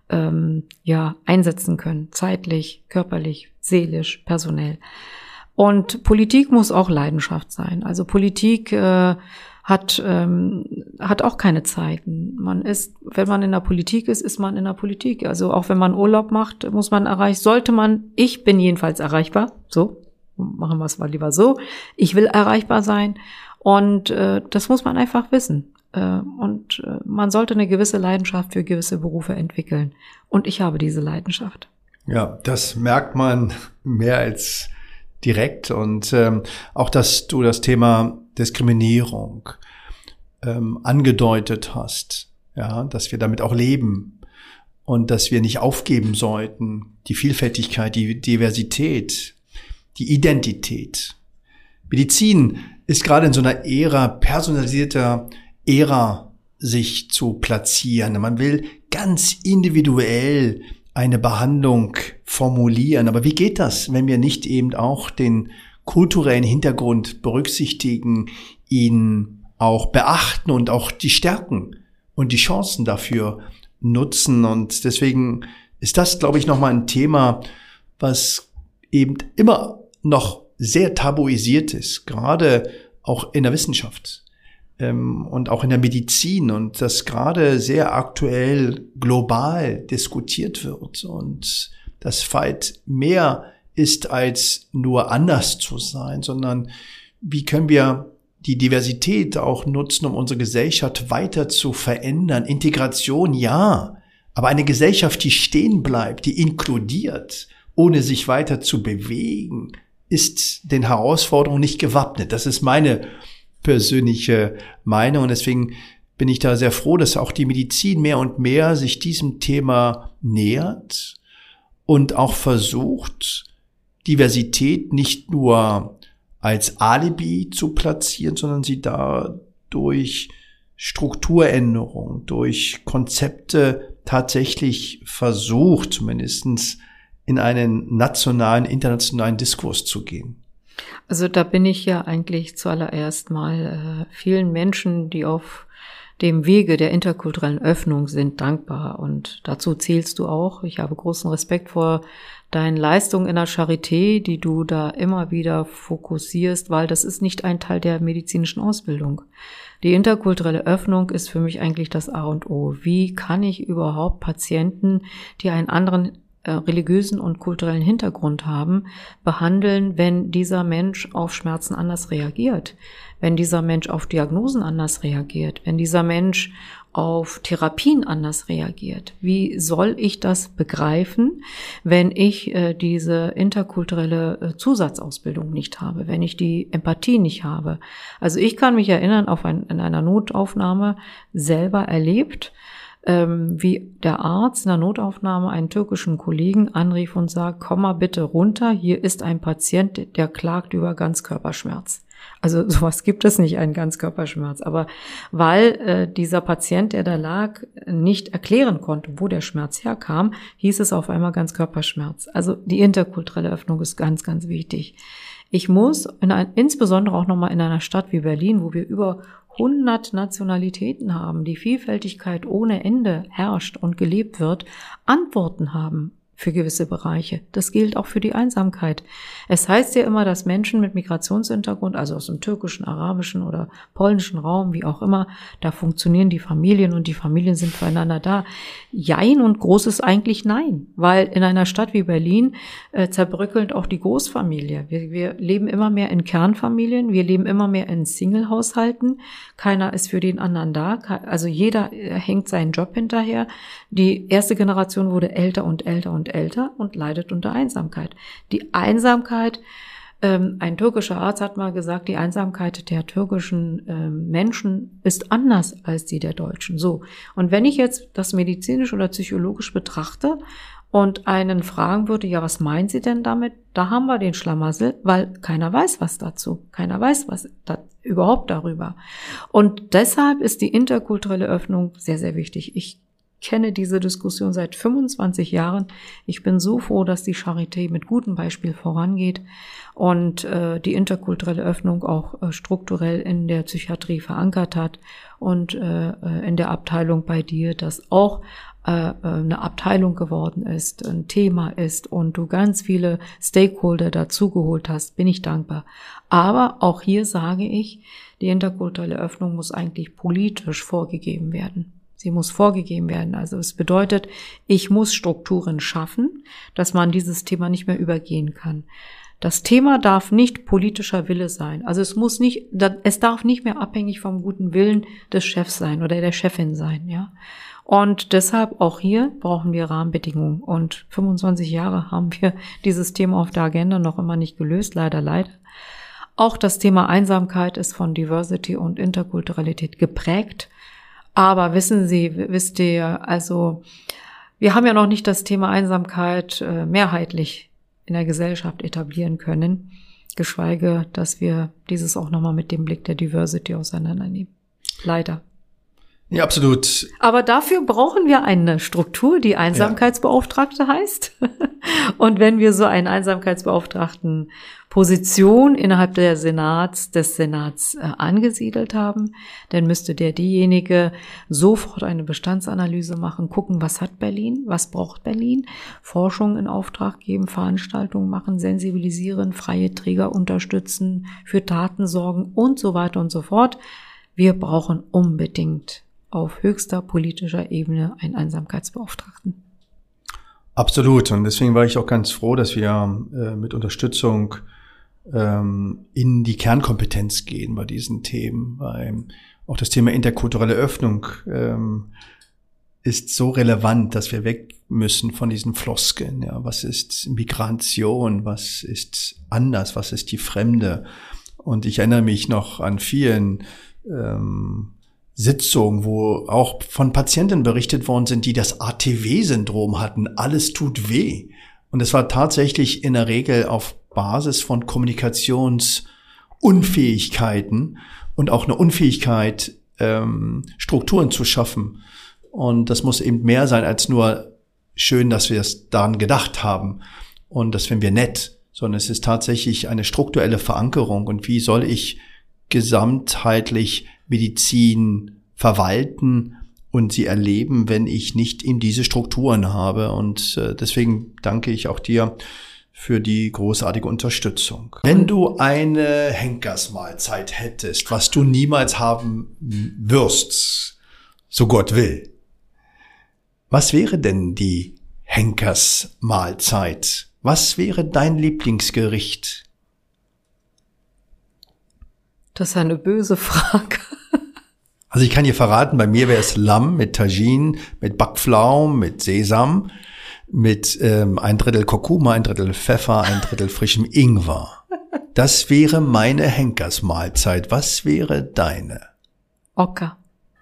einsetzen können, zeitlich, körperlich, seelisch, personell. Und Politik muss auch Leidenschaft sein. Also Politik hat auch keine Zeiten. Wenn man in der Politik ist man in der Politik. Also auch wenn man Urlaub macht, ich bin jedenfalls erreichbar. So, machen wir es mal lieber so. Ich will erreichbar sein. Und das muss man einfach wissen. Und man sollte eine gewisse Leidenschaft für gewisse Berufe entwickeln. Und ich habe diese Leidenschaft. Ja, das merkt man mehr als direkt. Und auch, dass du das Thema Diskriminierung angedeutet hast, ja, dass wir damit auch leben und dass wir nicht aufgeben sollten, die Vielfältigkeit, die Diversität, die Identität. Medizin ist gerade in so einer personalisierter Ära sich zu platzieren. Man will ganz individuell eine Behandlung formulieren. Aber wie geht das, wenn wir nicht eben auch den kulturellen Hintergrund berücksichtigen, ihn auch beachten und auch die Stärken und die Chancen dafür nutzen? Und deswegen ist das, glaube ich, nochmal ein Thema, was eben immer noch sehr tabuisiert ist, gerade auch in der Wissenschaft und auch in der Medizin und das gerade sehr aktuell global diskutiert wird und das weit mehr ist, als nur anders zu sein, sondern wie können wir die Diversität auch nutzen, um unsere Gesellschaft weiter zu verändern. Integration, ja, aber eine Gesellschaft, die stehen bleibt, die inkludiert, ohne sich weiter zu bewegen, ist den Herausforderungen nicht gewappnet. Das ist meine persönliche Meinung und deswegen bin ich da sehr froh, dass auch die Medizin mehr und mehr sich diesem Thema nähert und auch versucht, Diversität nicht nur als Alibi zu platzieren, sondern sie da durch Strukturänderung, durch Konzepte tatsächlich versucht, zumindestens in einen nationalen, internationalen Diskurs zu gehen. Also da bin ich ja eigentlich zuallererst mal vielen Menschen, die auf dem Wege der interkulturellen Öffnung sind dankbar. Und dazu zählst du auch. Ich habe großen Respekt vor deinen Leistungen in der Charité, die du da immer wieder fokussierst, weil das ist nicht ein Teil der medizinischen Ausbildung. Die interkulturelle Öffnung ist für mich eigentlich das A und O. Wie kann ich überhaupt Patienten, die einen anderen religiösen und kulturellen Hintergrund haben, behandeln, wenn dieser Mensch auf Schmerzen anders reagiert, wenn dieser Mensch auf Diagnosen anders reagiert, wenn dieser Mensch auf Therapien anders reagiert. Wie soll ich das begreifen, wenn ich diese interkulturelle Zusatzausbildung nicht habe, wenn ich die Empathie nicht habe? Also ich kann mich erinnern, in einer Notaufnahme selber erlebt, wie der Arzt in der Notaufnahme einen türkischen Kollegen anrief und sagt, komm mal bitte runter, hier ist ein Patient, der klagt über Ganzkörperschmerz. Also sowas gibt es nicht, einen Ganzkörperschmerz. Aber weil dieser Patient, der da lag, nicht erklären konnte, wo der Schmerz herkam, hieß es auf einmal Ganzkörperschmerz. Also die interkulturelle Öffnung ist ganz, ganz wichtig. Ich muss insbesondere auch nochmal in einer Stadt wie Berlin, wo wir über 100 Nationalitäten haben, die Vielfältigkeit ohne Ende herrscht und gelebt wird, Antworten haben für gewisse Bereiche. Das gilt auch für die Einsamkeit. Es heißt ja immer, dass Menschen mit Migrationshintergrund, also aus dem türkischen, arabischen oder polnischen Raum, wie auch immer, da funktionieren die Familien und die Familien sind füreinander da. Jein und großes eigentlich nein, weil in einer Stadt wie Berlin zerbröckelt auch die Großfamilie. Wir leben immer mehr in Kernfamilien, wir leben immer mehr in Single-Haushalten. Keiner ist für den anderen da, also jeder hängt seinen Job hinterher. Die erste Generation wurde älter und älter und älter und leidet unter Einsamkeit. Die Einsamkeit, ein türkischer Arzt hat mal gesagt, die Einsamkeit der türkischen Menschen ist anders als die der Deutschen. So. Und wenn ich jetzt das medizinisch oder psychologisch betrachte und einen fragen würde, ja, was meinen Sie denn damit? Da haben wir den Schlamassel, weil keiner weiß was dazu. Keiner weiß was überhaupt darüber. Und deshalb ist die interkulturelle Öffnung sehr, sehr wichtig. Ich kenne diese Diskussion seit 25 Jahren. Ich bin so froh, dass die Charité mit gutem Beispiel vorangeht und die interkulturelle Öffnung auch strukturell in der Psychiatrie verankert hat und in der Abteilung bei dir, das auch eine Abteilung geworden ist, ein Thema ist und du ganz viele Stakeholder dazugeholt hast, bin ich dankbar. Aber auch hier sage ich, die interkulturelle Öffnung muss eigentlich politisch vorgegeben werden. Sie muss vorgegeben werden. Also es bedeutet, ich muss Strukturen schaffen, dass man dieses Thema nicht mehr übergehen kann. Das Thema darf nicht politischer Wille sein. Also es darf nicht mehr abhängig vom guten Willen des Chefs sein oder der Chefin sein, ja. Und deshalb auch hier brauchen wir Rahmenbedingungen. Und 25 Jahre haben wir dieses Thema auf der Agenda noch immer nicht gelöst, leider. Auch das Thema Einsamkeit ist von Diversity und Interkulturalität geprägt. Aber wisst ihr, also wir haben ja noch nicht das Thema Einsamkeit mehrheitlich in der Gesellschaft etablieren können, geschweige, dass wir dieses auch nochmal mit dem Blick der Diversity auseinandernehmen. Leider. Ja, absolut. Aber dafür brauchen wir eine Struktur, die Einsamkeitsbeauftragte heißt. Und wenn wir so einen Einsamkeitsbeauftragten Position innerhalb des Senats angesiedelt haben, dann müsste diejenige sofort eine Bestandsanalyse machen, gucken, was hat Berlin, was braucht Berlin, Forschung in Auftrag geben, Veranstaltungen machen, sensibilisieren, freie Träger unterstützen, für Taten sorgen und so weiter und so fort. Wir brauchen unbedingt auf höchster politischer Ebene einen Einsamkeitsbeauftragten. Absolut. Und deswegen war ich auch ganz froh, dass wir mit Unterstützung in die Kernkompetenz gehen bei diesen Themen. Weil auch das Thema interkulturelle Öffnung ist so relevant, dass wir weg müssen von diesen Floskeln. Ja, was ist Migration? Was ist anders? Was ist die Fremde? Und ich erinnere mich noch an vielen Sitzungen, wo auch von Patienten berichtet worden sind, die das ATW-Syndrom hatten. Alles tut weh. Und es war tatsächlich in der Regel auf Basis von Kommunikationsunfähigkeiten und auch eine Unfähigkeit, Strukturen zu schaffen. Und das muss eben mehr sein als nur schön, dass wir es daran gedacht haben und das finden wir nett, sondern es ist tatsächlich eine strukturelle Verankerung. Und wie soll ich gesamtheitlich Medizin verwalten und sie erleben, wenn ich nicht in diese Strukturen habe. Und deswegen danke ich auch dir für die großartige Unterstützung. Wenn du eine Henkersmahlzeit hättest, was du niemals haben wirst, so Gott will, was wäre denn die Henkersmahlzeit? Was wäre dein Lieblingsgericht? Das ist eine böse Frage. Also ich kann dir verraten, bei mir wäre es Lamm mit Tagine, mit Backpflaumen, mit Sesam, mit 1/3 Kurkuma, 1/3 Pfeffer, 1/3 frischem Ingwer. Das wäre meine Henkersmahlzeit. Was wäre deine? Ocker.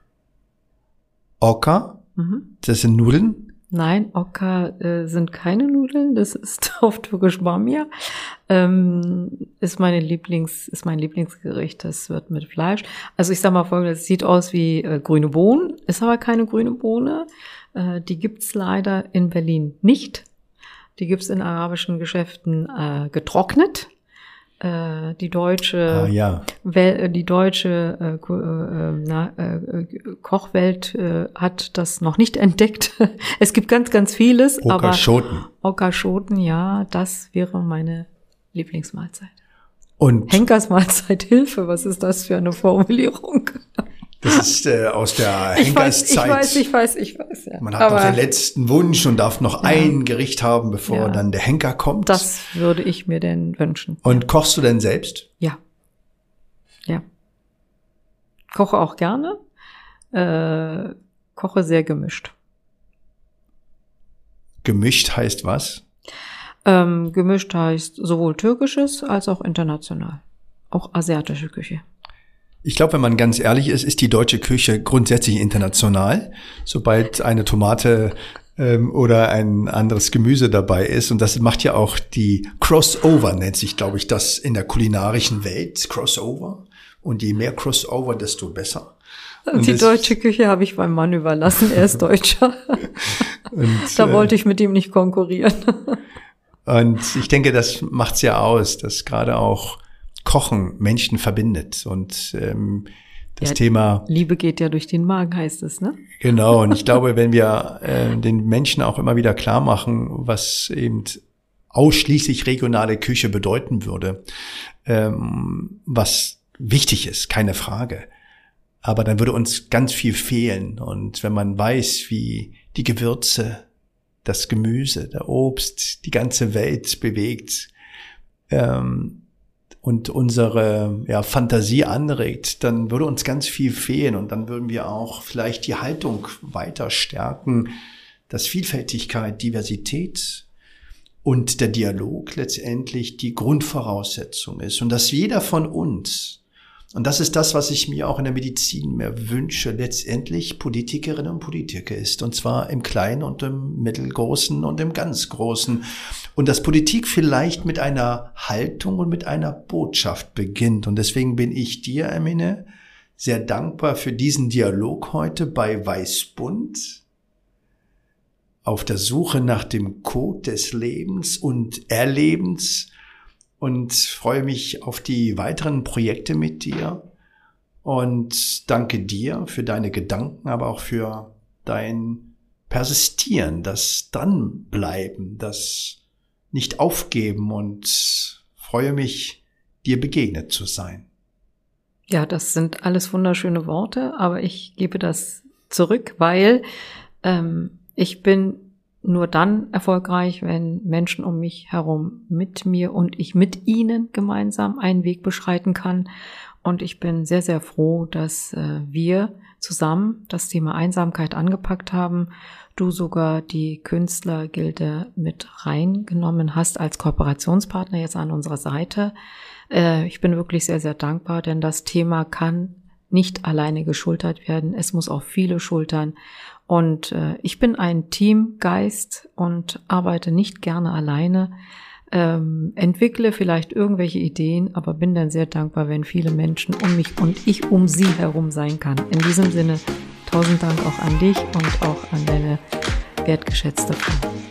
Ocker? Mhm. Das sind Nudeln? Nein, Ocker sind keine Nudeln. Das ist auf Türkisch Bamya. Ist mein Lieblingsgericht. Das wird mit Fleisch. Also ich sag mal Folgendes, es sieht aus wie grüne Bohnen, ist aber keine grüne Bohne. Die gibt's leider in Berlin nicht. Die gibt's in arabischen Geschäften getrocknet. Die deutsche Kochwelt hat das noch nicht entdeckt. Es gibt ganz, ganz vieles. Okaschoten, ja, das wäre meine Lieblingsmahlzeit. Und Henkersmahlzeit, Hilfe, was ist das für eine Formulierung? Das ist aus der Henkerszeit. Ich weiß. Ja. Man hat noch den letzten Wunsch und darf noch ein Gericht haben, bevor dann der Henker kommt. Das würde ich mir denn wünschen. Und kochst du denn selbst? Ja. Koche auch gerne. Koche sehr gemischt. Gemischt heißt was? Gemischt heißt sowohl türkisches als auch international. Auch asiatische Küche. Ich glaube, wenn man ganz ehrlich ist, ist die deutsche Küche grundsätzlich international. Sobald eine Tomate oder ein anderes Gemüse dabei ist. Und das macht ja auch die Crossover, nennt sich, glaube ich, das in der kulinarischen Welt. Crossover. Und je mehr Crossover, desto besser. Und die deutsche Küche habe ich meinem Mann überlassen. Er ist Deutscher. Da wollte ich mit ihm nicht konkurrieren. Und ich denke, das macht's ja aus, dass gerade auch Kochen Menschen verbindet und das Thema Liebe geht ja durch den Magen, heißt es, ne? Genau, und ich glaube, wenn wir den Menschen auch immer wieder klar machen, was eben ausschließlich regionale Küche bedeuten würde, was wichtig ist, keine Frage, aber dann würde uns ganz viel fehlen. Und wenn man weiß, wie die Gewürze, das Gemüse, der Obst, die ganze Welt bewegt, und unsere Fantasie anregt, dann würde uns ganz viel fehlen und dann würden wir auch vielleicht die Haltung weiter stärken, dass Vielfältigkeit, Diversität und der Dialog letztendlich die Grundvoraussetzung ist und dass jeder von uns, und das ist das, was ich mir auch in der Medizin mehr wünsche, letztendlich Politikerinnen und Politiker ist. Und zwar im Kleinen und im Mittelgroßen und im ganz Großen. Und dass Politik vielleicht mit einer Haltung und mit einer Botschaft beginnt. Und deswegen bin ich dir, Emine, sehr dankbar für diesen Dialog heute bei Weißbund. Auf der Suche nach dem Code des Lebens und Erlebens. Und freue mich auf die weiteren Projekte mit dir und danke dir für deine Gedanken, aber auch für dein Persistieren, das Dranbleiben, das nicht aufgeben und freue mich, dir begegnet zu sein. Ja, das sind alles wunderschöne Worte, aber ich gebe das zurück, weil ich bin nur dann erfolgreich, wenn Menschen um mich herum mit mir und ich mit ihnen gemeinsam einen Weg beschreiten kann. Und ich bin sehr, sehr froh, dass wir zusammen das Thema Einsamkeit angepackt haben. Du sogar die Künstlergilde mit reingenommen hast als Kooperationspartner jetzt an unserer Seite. Ich bin wirklich sehr, sehr dankbar, denn das Thema kann nicht alleine geschultert werden. Es muss auf viele Schultern. Und ich bin ein Teamgeist und arbeite nicht gerne alleine, entwickle vielleicht irgendwelche Ideen, aber bin dann sehr dankbar, wenn viele Menschen um mich und ich um sie herum sein kann. In diesem Sinne, 1000 Dank auch an dich und auch an deine wertgeschätzte Frau.